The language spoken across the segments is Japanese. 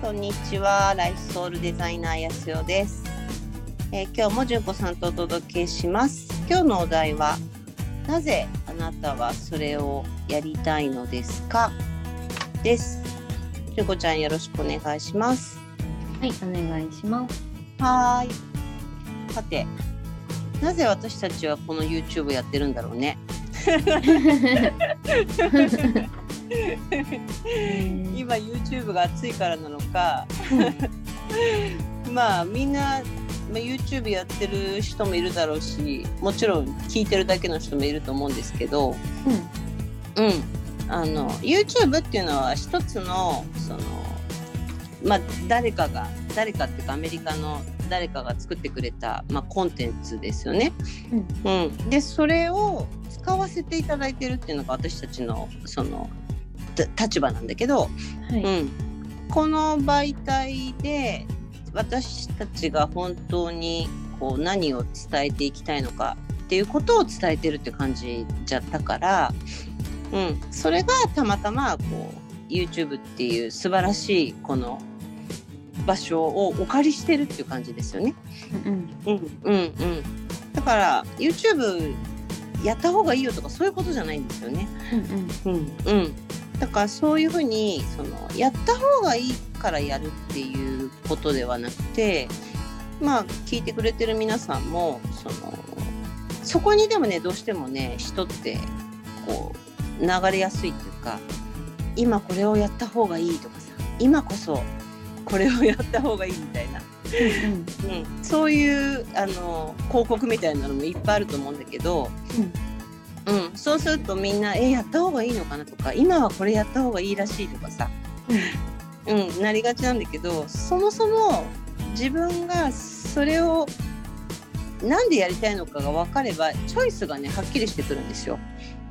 こんにちは。ライフソウルデザイナーやすよです。今日もじゅんこさんとお届けします。今日のお題は、なぜあなたはそれをやりたいのですかです。じゅんこちゃん、よろしくお願いします。 はい、お願いします。 はーい。さて、なぜ私たちはこの YouTube やってるんだろうね。今 YouTube が熱いからなのか、まあみんな、YouTube やってる人もいるだろうし、もちろん聞いてるだけの人もいると思うんですけど、YouTube っていうのは一つの誰かっていうかアメリカの誰かが作ってくれた、コンテンツですよね。でそれを使わせていただいてるっていうのが私たちのその立場なんだけど、この媒体で私たちが本当にこう何を伝えていきたいのかっていうことを伝えてるって感じじゃったから、それがたまたまこう YouTube っていう素晴らしいこの場所をお借りしてるっていう感じですよね。だから YouTube やった方がいいよとかそういうことじゃないんですよね。だからそういうふうにやった方がいいからやるっていうことではなくて、聞いてくれてる皆さんもそこにでもね、どうしてもね、人ってこう流れやすいっていうか、今これをやった方がいいとかさ、今こそこれをやった方がいいみたいな、そういう広告みたいなのもいっぱいあると思うんだけど、そうするとみんなやった方がいいのかなとか、今はこれやった方がいいらしいとかさ、なりがちなんだけど、そもそも自分がそれをなんでやりたいのかが分かればチョイスがねはっきりしてくるんですよ。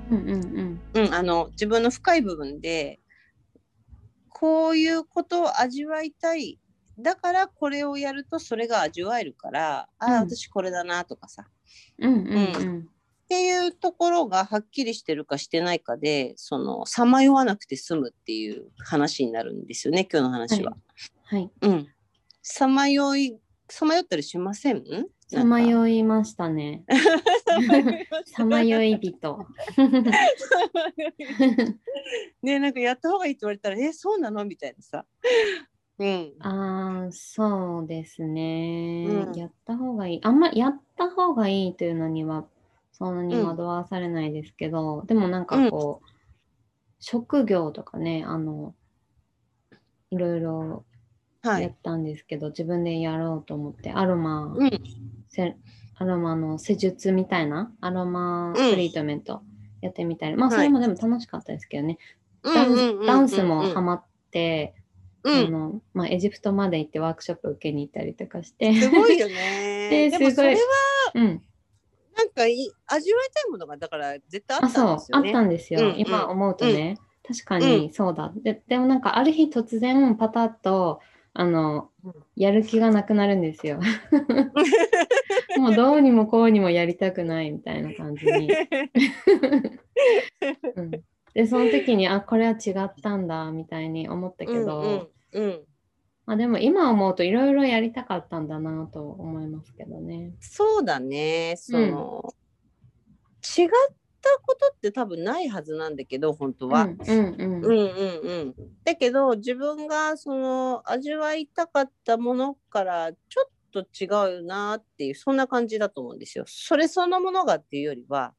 自分の深い部分でこういうことを味わいたい、だからこれをやるとそれが味わえるから、私これだなとかさ、っていうところがはっきりしてるかしてないかで、さまよわなくて済むっていう話になるんですよね、今日の話は。さまよったりしません？ さまよいましたね。さまよい人。 ね、なんかやった方がいいって言われたら、そうなのみたいなさ。 そうですね。やった方がいい。あんまやった方がいいというのにはそんなに惑わされないですけど、でもなんかこう、職業とかね、いろいろやったんですけど、自分でやろうと思ってアロマの施術みたいなアロマトリートメントやってみたいな、それもでも楽しかったですけどね。ダンスもハマって、エジプトまで行ってワークショップ受けに行ったりとかして、 すごいよね。でもそれは、なんか味わいたいものがだから絶対あったんですよね。 あったんですよ。今思うとね、確かにそうだ。でもなんかある日突然パタッとやる気がなくなるんですよ。もうどうにもこうにもやりたくないみたいな感じに。でその時にこれは違ったんだみたいに思ったけど、でも今思うといろいろやりたかったんだなと思いますけどね。 そうだね。違ったことって多分ないはずなんだけど、本当は。だけど自分が味わいたかったものからちょっと違うなっていう、そんな感じだと思うんですよ。それそのものがっていうよりは、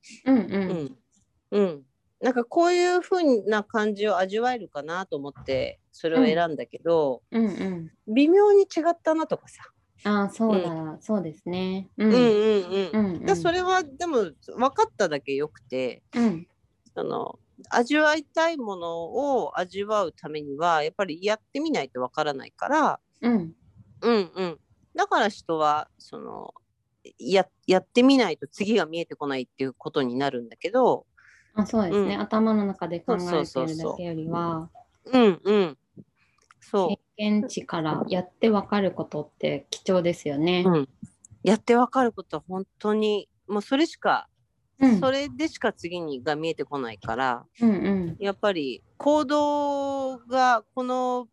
なんかこういう風な感じを味わえるかなと思ってそれを選んだけど、微妙に違ったなとかさ。 そうですね。 それはでも分かっただけよくて、味わいたいものを味わうためにはやっぱりやってみないと分からないから、だから人はやってみないと次が見えてこないっていうことになるんだけど、 そうですね、頭の中で考えてるだけよりは、経験値からやって分かることって貴重ですよね。 やって分かることは本当にもうそれでしか次にが見えてこないから、やっぱり行動がこの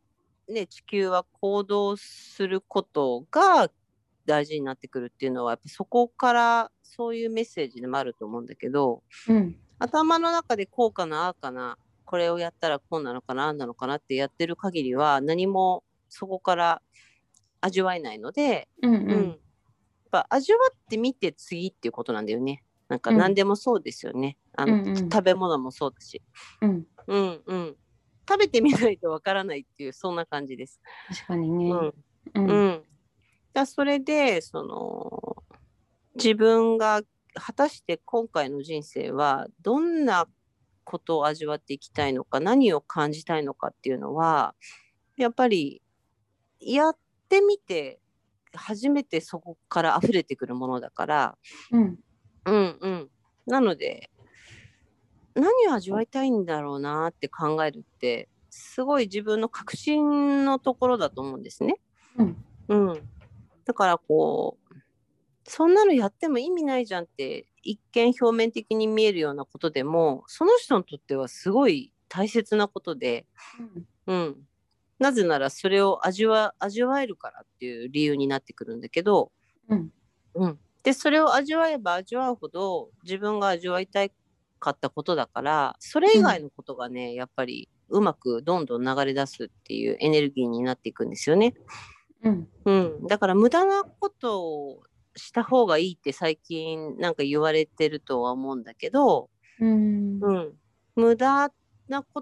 ね、地球は行動することが大事になってくるっていうのは、やっぱそこからそういうメッセージでもあると思うんだけど、 うん、 頭の中でこうかな、ああかな、これをやったらこうなのかな、あんなのかなってやってる限りは、何もそこから味わえないので、 うん、 うん。やっぱ味わってみて次っていうことなんだよね。なんか何でもそうですよね。 うん、 食べ物もそうだし。 うん。 うんうん。食べてみないとわからないっていう、そんな感じです。 確かにね。 うん。 うん、 うん。それで、自分が果たして今回の人生はどんなことを味わっていきたいのか、何を感じたいのかっていうのは、やっぱりやってみて初めてそこから溢れてくるものだから、 うん、 うんうん。なので、何を味わいたいんだろうなって考えるって、すごい自分の確信のところだと思うんですね。 うん、 うん。だからそんなのやっても意味ないじゃんって一見表面的に見えるようなことでも、その人にとってはすごい大切なことで、 うん、 うん。なぜならそれを味わえるからっていう理由になってくるんだけど、 うん、 うん。で、それを味わえば味わうほど自分が味わいたかったことだから、それ以外のことがね、やっぱりうまくどんどん流れ出すっていうエネルギーになっていくんですよね。 うん、 うん。だから無駄なことをした方がいいって最近なんか言われてるとは思うんだけど、 うん、 うん。無駄なこと、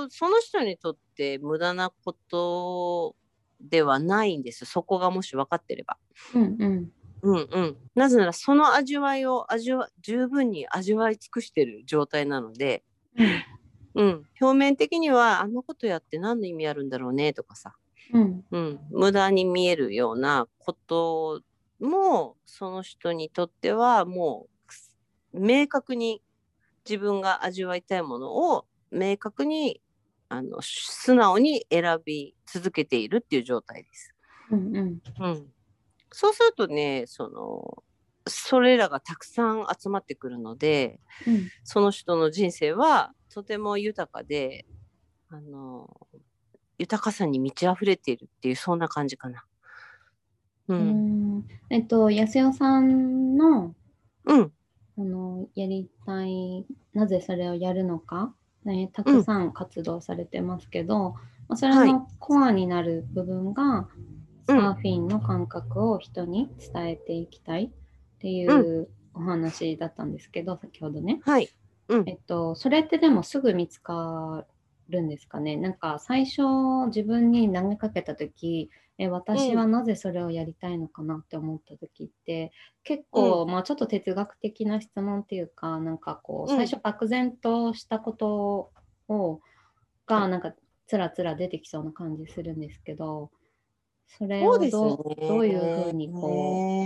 その人にとって無駄なことではないんです。そこがもし分かってれば。 うん、うん、 うんうん。なぜならその味わいを十分に味わい尽くしてる状態なので、 うん、 うん。表面的にはあのことやって何の意味あるんだろうねとかさ、 うん、 うん。無駄に見えるようなことも、その人にとってはもう明確に自分が味わいたいものを明確に素直に選び続けているっていう状態です。 うん、うん、 うん、そうするとね、それらがたくさん集まってくるので、 うん。 その人の人生はとても豊かで、あの豊かさに満ち溢れているっていう、そんな感じかな。ううん。 ん。安代さんの、 うん。 やりたい、なぜそれをやるのか、ね、たうん。 くさん活動されてますけど、それはい。 のコアになる部分が、 うん。 サーフィンの感覚を人に伝えていきたいっていうん。 うお話だったんですけど、先ほどね。 はい。うん。 それってでもすぐ見つかるんですかね。なんか最初自分に投げかけた時、私はうん。 なぜそれをやりたいのかなって思った時って結うん。 構、まあ、ちょっと哲学的な質問っていうか、なんかこううん。 最初漠然としたことをがなんかつらつら出てきそうな感じするんですけど、それをそうですどういうふうね。 にこう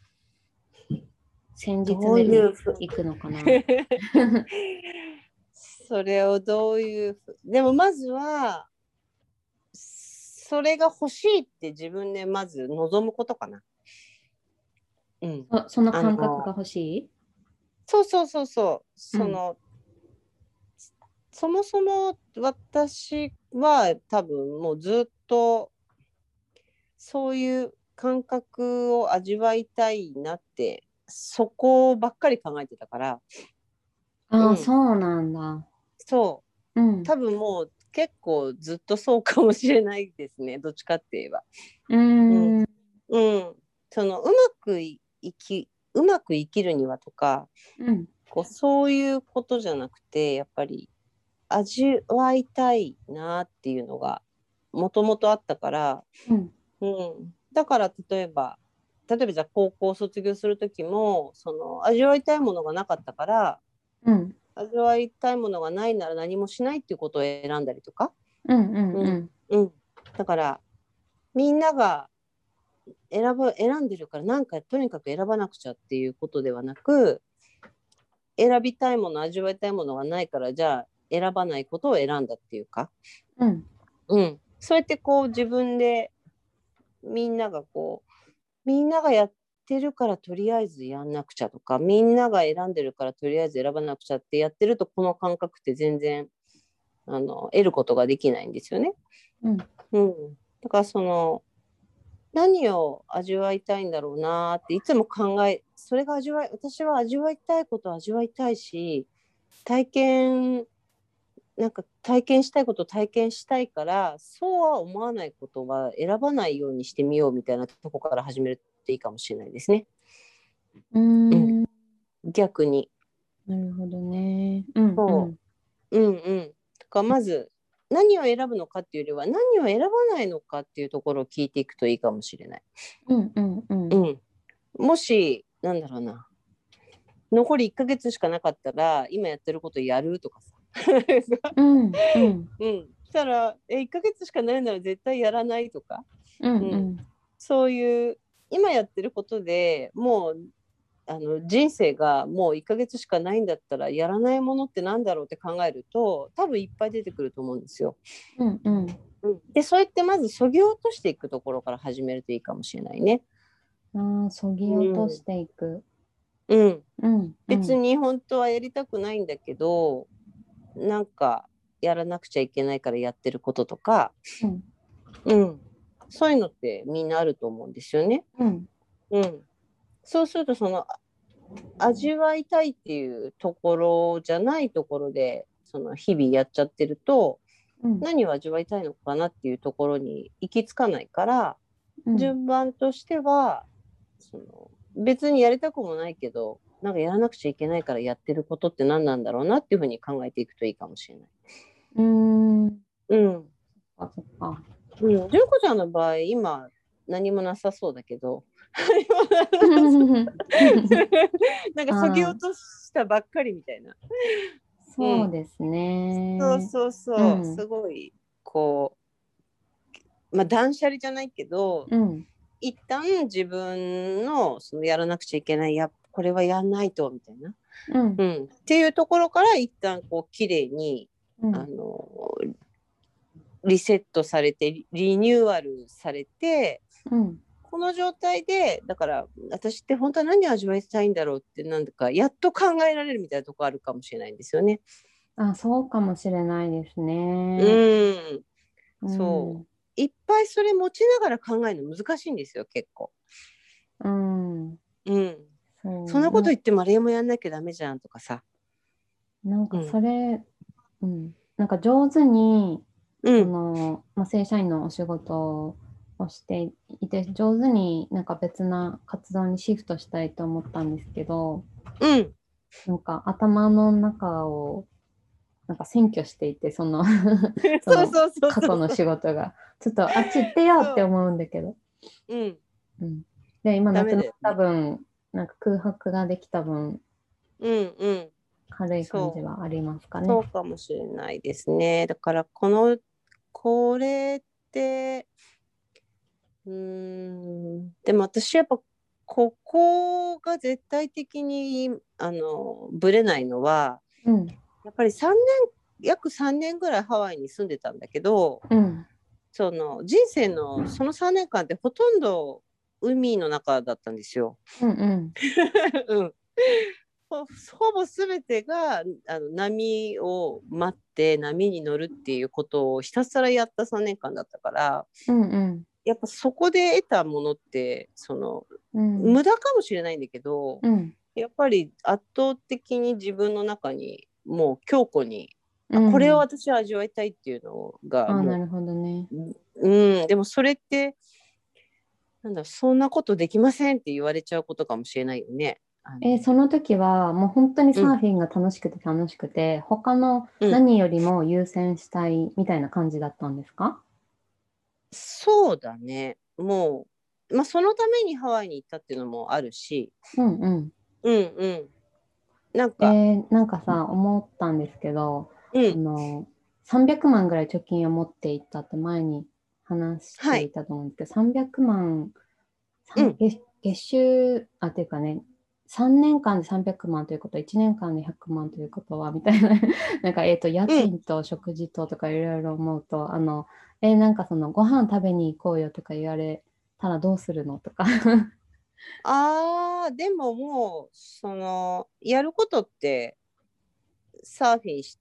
戦術どう目にいうふ行くのかな。 それをどういうでもまずは、それが欲しいって自分でまず望むことかな。うん。 そのあ感覚がの、 欲しい。 そうそうそうそう。 うん。 そもそも私は多分もうずっとそういう感覚を味わいたいなって、そこばっかり考えてたから、うああ、 ん。 そうなんだ。 そう。 うん。 多分もう結構ずっとそうかもしれないですね。どっちかって言えば。 うーうん。 ん。 うん。うまく生きるにはとか、 うん。 そういうことじゃなくて、やっぱり味わいたいなっていうのがもともとあったから、 うん。 うん。だから例えばじゃあ高校卒業する時も、味わいたいものがなかったから、 うん。 味わいたいものがないなら何もしないっていうことを選んだりとか、 うん。うん。 うん。 うん。 うん。だから、みんなが選んでるから、なんかとにかく選ばなくちゃっていうことではなく、選びたいもの、味わいたいものがないから、じゃあ選ばないことを選んだっていうか、 うん。 うん。そうやって自分でみんながみんながやってるからとりあえずやんなくちゃとか、みんなが選んでるからとりあえず選ばなくちゃってやってると、この感覚って全然得ることができないんですよね。 うんうん、だから何を味わいたいんだろうなっていつもそれが私は味わいたいことを味わいたいし、体験体験したいことを体験したいから、そうは思わないことは選ばないようにしてみようみたいなとこから始めるといいかもしれないですね。 ううん、 ん。 逆に。 なるほどね。うんうそん。 う。うんうん。だからまず、何を選ぶのかっていうよりは、何を選ばないのかっていうところを聞いていくといいかもしれない。 うんうんうん。 うん。もし、なんだろうな。残り1ヶ月しかなかったら、今やってることやるとかさ。 うんうんうん。したら、1ヶ月しかないなら絶対やらないとか。 うんうん。 うん。 そういう、今やってることでもう、人生がもう1ヶ月しかないんだったらやらないものってなんだろうって考えると多分いっぱい出てくると思うんですよ。 うんうん。 うん、でそうやってまず削ぎ落としていくところから始めるといいかもしれないね。 ああ、そぎ落としていく。 うん、 うんうん。 別に本当はやりたくないんだけどなんかやらなくちゃいけないからやってることとか、 うん。 うん、そういうのってみんなあると思うんですよね。 うん。 うん、そうすると味わいたいっていうところじゃないところで日々やっちゃってるとうん。 何を味わいたいのかなっていうところに行き着かないから、 うん。 順番としては別にやりたくもないけどなんかやらなくちゃいけないからやってることって何なんだろうなっていうふうに考えていくといいかもしれない。 うーん。 うん。 あ、そっか。 うん。純子ちゃんの場合今何もなさそうだけどなんかそぎ落ああ、 としたばっかりみたいな。うん。 そうですね。 そうそうそう、 うん。 すごい、まあ、断捨離じゃないけど、 うん。 一旦自分のやらなくちゃいけない、これはやんないと、みたいな。 うん。 うん。っていうところから、一旦綺麗に、 うん。 あの、リセットされて、リニューアルされて、 うん。 この状態で、だから、私って本当は何を味わいたいんだろうって、なんだか、やっと考えられるみたいなところあるかもしれないんですよね。 あ、そうかもしれないですうね。 ん。 うそう。 ん。 いっぱいそれ持ちながら考えるの難しいんですよ、結構。 うん。 うん。そんそう。 なこと言ってもあれもやんなきゃダメじゃんとかさ。 なんかうん。 それ、うん。なんか上手に、そうん。 の、まあ、正社員のお仕事をしていて、上手になんか別な活動にシフトしたいと思ったんですけど、 うん。 なんか頭の中をなんか占拠していて、そのそそうのそうそう過去のそうそう。 仕事が、ちょっとあっち行ってよってそう。 思うんだけど。 うん。 うん、で、今ダなくなったメだよね。 分、なんか空白ができた分、 うんうん。 軽い感じそう。 はありますかね。 そうかもしれないですね。だからこれって、でも私やっぱここが絶対的にぶれないのは、 うん、 やっぱり約3年ぐらいハワイに住んでたんだけど、 うん、 人生のその3年間ってほとんど海の中だったんですよ。 うん、うん、 うん、ほぼ全てが波を待って波に乗るっていうことをひたすらやった3年間だったから、 うん、うん、 やっぱそこで得たものってうん、 無駄かもしれないんだけど、 うん、 やっぱり圧倒的に自分の中にもう強固に、これをうん。 私は味わいたいっていうのがああ、なもるほどね。 う、うん、でもそれってそんなことできませんって言われちゃうことかもしれないよね。 その時はもう本当にうん、 サーフィンが楽しくて楽しくて、他のうん、 何よりも優先したいみたいな感じだったんですか？ そうだね。もう、まあ、そのためにハワイに行ったっていうのもあるし、 うんうん。 うんうん。なんか、 なんかさ、思ったんですけど、 うん、 300万ぐらい貯金を持っていったって前に話していはい、 たと思うんですけど、300万、 うん、 月収、っていうかね、3年間で300万ということは、1年間で100万ということは、みたいな、なんか、家うん。 賃と食事ととかいろいろ思うと、なんかその、ご飯食べに行こうよとか言われたらどうするのとか。 でももう、やることって、 サーフィンして、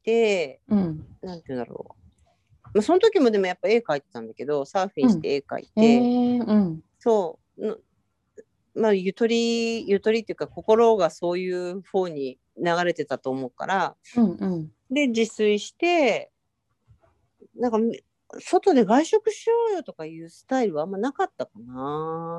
なんていうんだろう、まあ、その時もでもやっぱ絵描いてたんだけど、サーフィンして絵描いて、そうまあ、ゆとりっていうか心がそういう方に流れてたと思うから、で自炊して、なんか外で外食しようよとかいうスタイルはあんまなかったかな。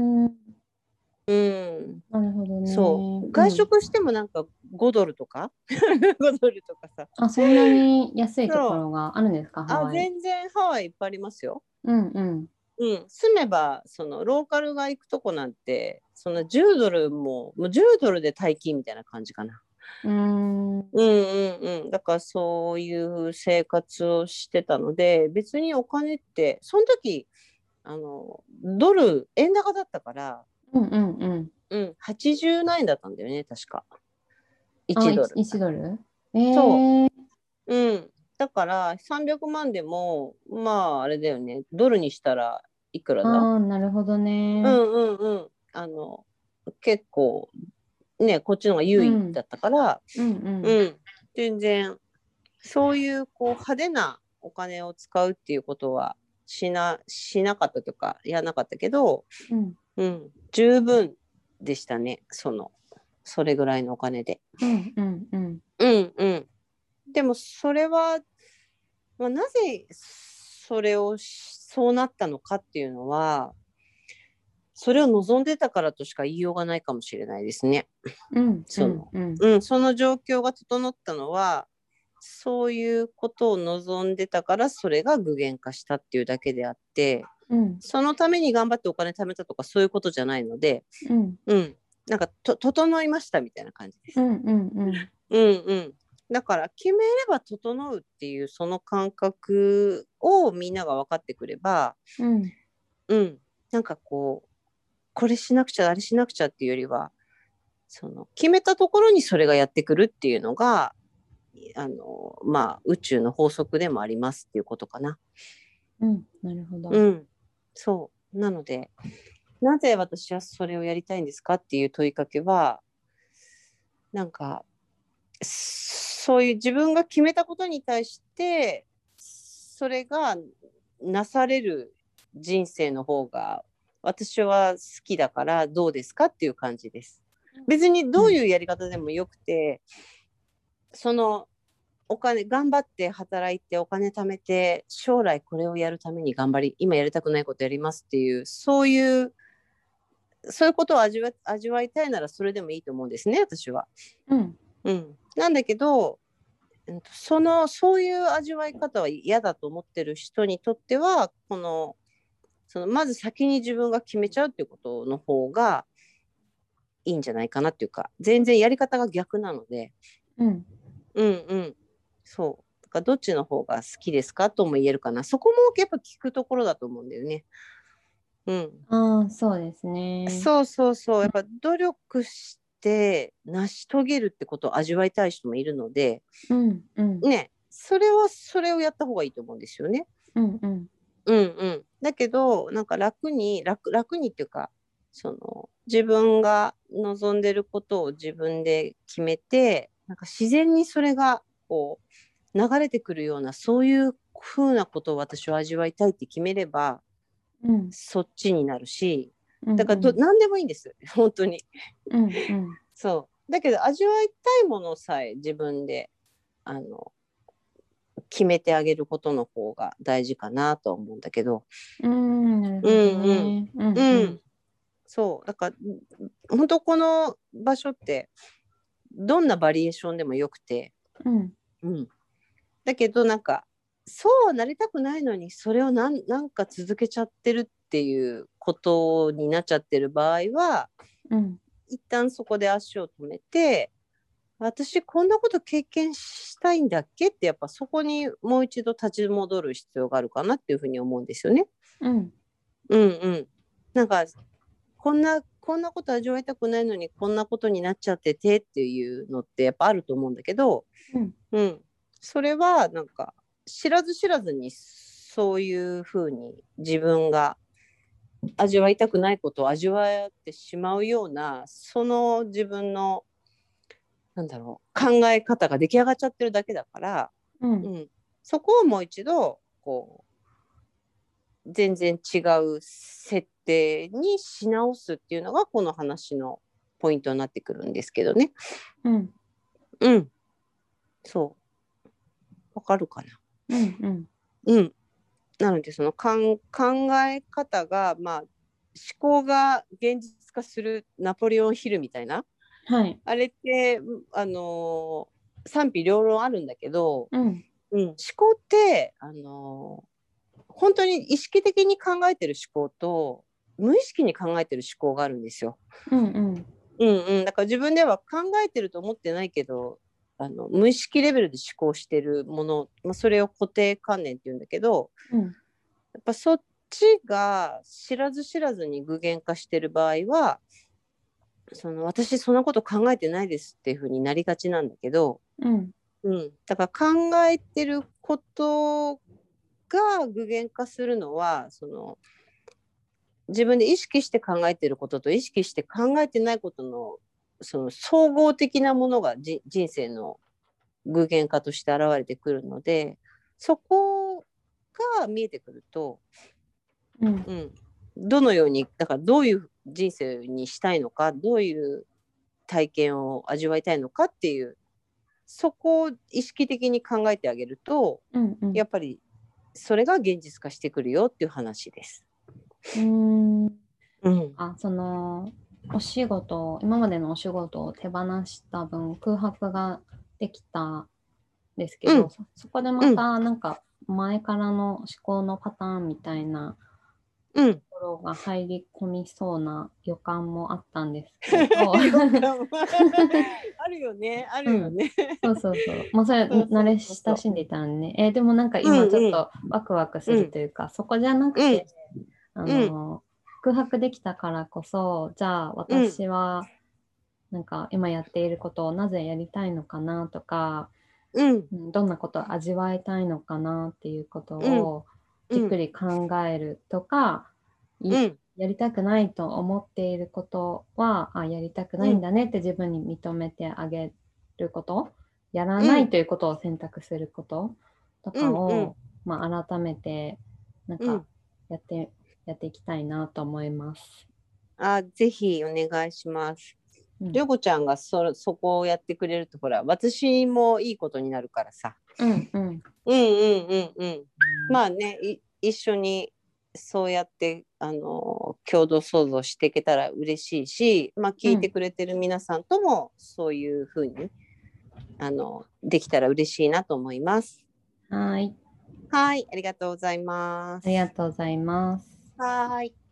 なるほどね。 そう外食してもなんか5ドルとか5ドルとかさ。 あ、そんなに安いところがあるんですか、ハワイ。 全然ハワイいっぱいありますよ。住めばそのローカルが行くとこなんてそんな10ドルも10ドルで大金みたいな感じかな。だからそういう生活をしてたので、別にお金ってその時ドル円高だったから80何円だったんだよね確か1ドル。 1ドル、 そう、だから300万でもまああれだよね、ドルにしたらいくらだ。 なるほどね。 結構ねこっちの方が優位だったから、全然そういうこう派手なお金を使うっていうことはしなかったとかやらなかったけど、十分でしたね、それぐらいのお金で。でもそれは、まあ、なぜそうなったのかっていうのは、それを望んでたからとしか言いようがないかもしれないですね。その状況が整ったのはそういうことを望んでたから、それが具現化したっていうだけであって、そのために頑張ってお金貯めたとかそういうことじゃないので、なんか整いましたみたいな感じです。だから決めれば整うっていうその感覚をみんなが分かってくれば、なんかこれしなくちゃあれしなくちゃっていうよりは、決めたところにそれがやってくるっていうのがまあ宇宙の法則でもありますっていうことかな。 なるほど。 そうなので、なぜ私はそれをやりたいんですかっていう問いかけは、なんかそういう自分が決めたことに対してそれがなされる人生の方が私は好きだから、どうですかっていう感じです。別にどういうやり方でもよくて、そのお金頑張って働いてお金貯めて将来これをやるために今やりたくないことやりますっていう、そういうことを味わいたいならそれでもいいと思うんですね、私は。なんだけどそういう味わい方は嫌だと思ってる人にとっては、まず先に自分が決めちゃうっていうことの方がいいんじゃないかなっていうか、全然やり方が逆なので、そうだからどっちの方が好きですかとも言えるかな。そこもやっぱ聞くところだと思うんだよね。 そうですね。 そうやっぱ努力して成し遂げるってことを味わいたい人もいるので、ね、それをやった方がいいと思うんですよね。だけどなんか楽にっていうか、自分が望んでることを自分で決めて、なんか自然にそれがこう流れてくるような、そういう風なことを私は味わいたいって決めれば、そっちになるし、だから何でもいいんです本当に。そうだけど味わいたいものさえ自分で決めてあげることの方が大事かなと思うんだけど。そうだから本当この場所ってどんなバリエーションでもよくて、だけどなんかそうなりたくないのにそれをなんか続けちゃってるっていうことになっちゃってる場合は、一旦そこで足を止めて、私こんなこと経験したいんだっけって、やっぱそこにもう一度立ち戻る必要があるかなっていうふうに思うんですよね。なんかこんなこと味わいたくないのにこんなことになっちゃっててっていうのってやっぱあると思うんだけど、それはなんか知らず知らずにそういうふうに自分が味わいたくないことを味わってしまうような、その自分のなんだろう、考え方が出来上がっちゃってるだけだから、そこをもう一度こう全然違う設定にし直すっていうのがこの話のポイントになってくるんですけどね。そうわかるかな。なのでその考え方が、まあ、思考が現実化するナポレオンヒルみたいな、あれって賛否両論あるんだけど、思考って本当に意識的に考えてる思考と無意識に考えてる思考があるんですよ。だから自分では考えてると思ってないけど無意識レベルで思考してるもの、それを固定観念っていうんだけど、やっぱそっちが知らず知らずに具現化してる場合は私そんなこと考えてないですっていう風になりがちなんだけど、だから考えてることが具現化するのは自分で意識して考えてることと意識して考えてないことの総合的なものが人生の具現化として現れてくるので、そこが見えてくると、どのようにだからどういう人生にしたいのか、どういう体験を味わいたいのかっていうそこを意識的に考えてあげると、やっぱりそれが現実化してくるよっていう話です。 お仕事、今までのお仕事を手放した分空白ができたんですけど、そこでまたなんか前からの思考のパターンみたいなところが入り込みそうな予感もあったんですけどあるよね、あるよね、 そうもうそれ慣れ親しんでいたんでね。でもなんか今ちょっとワクワクするというか、そこじゃなくて、空白できたからこそ、じゃあ私はなんか今やっていることをなぜやりたいのかなとか、どんなことを味わいたいのかなっていうことをじっくり考えるとか、やりたくないと思っていることはやりたくないんだねって自分に認めてあげること、やらないということを選択することとかを、改めてなんかやっていきたいなと思います。 ぜひお願いします。りょうこちゃんがそこをやってくれるとほら私もいいことになるからさ。まあね、一緒にそうやって共同創造していけたら嬉しいし、聞いてくれてる皆さんともそういうふうにできたら嬉しいなと思います。 はい、 ありがとうございます。 ありがとうございます。 はい。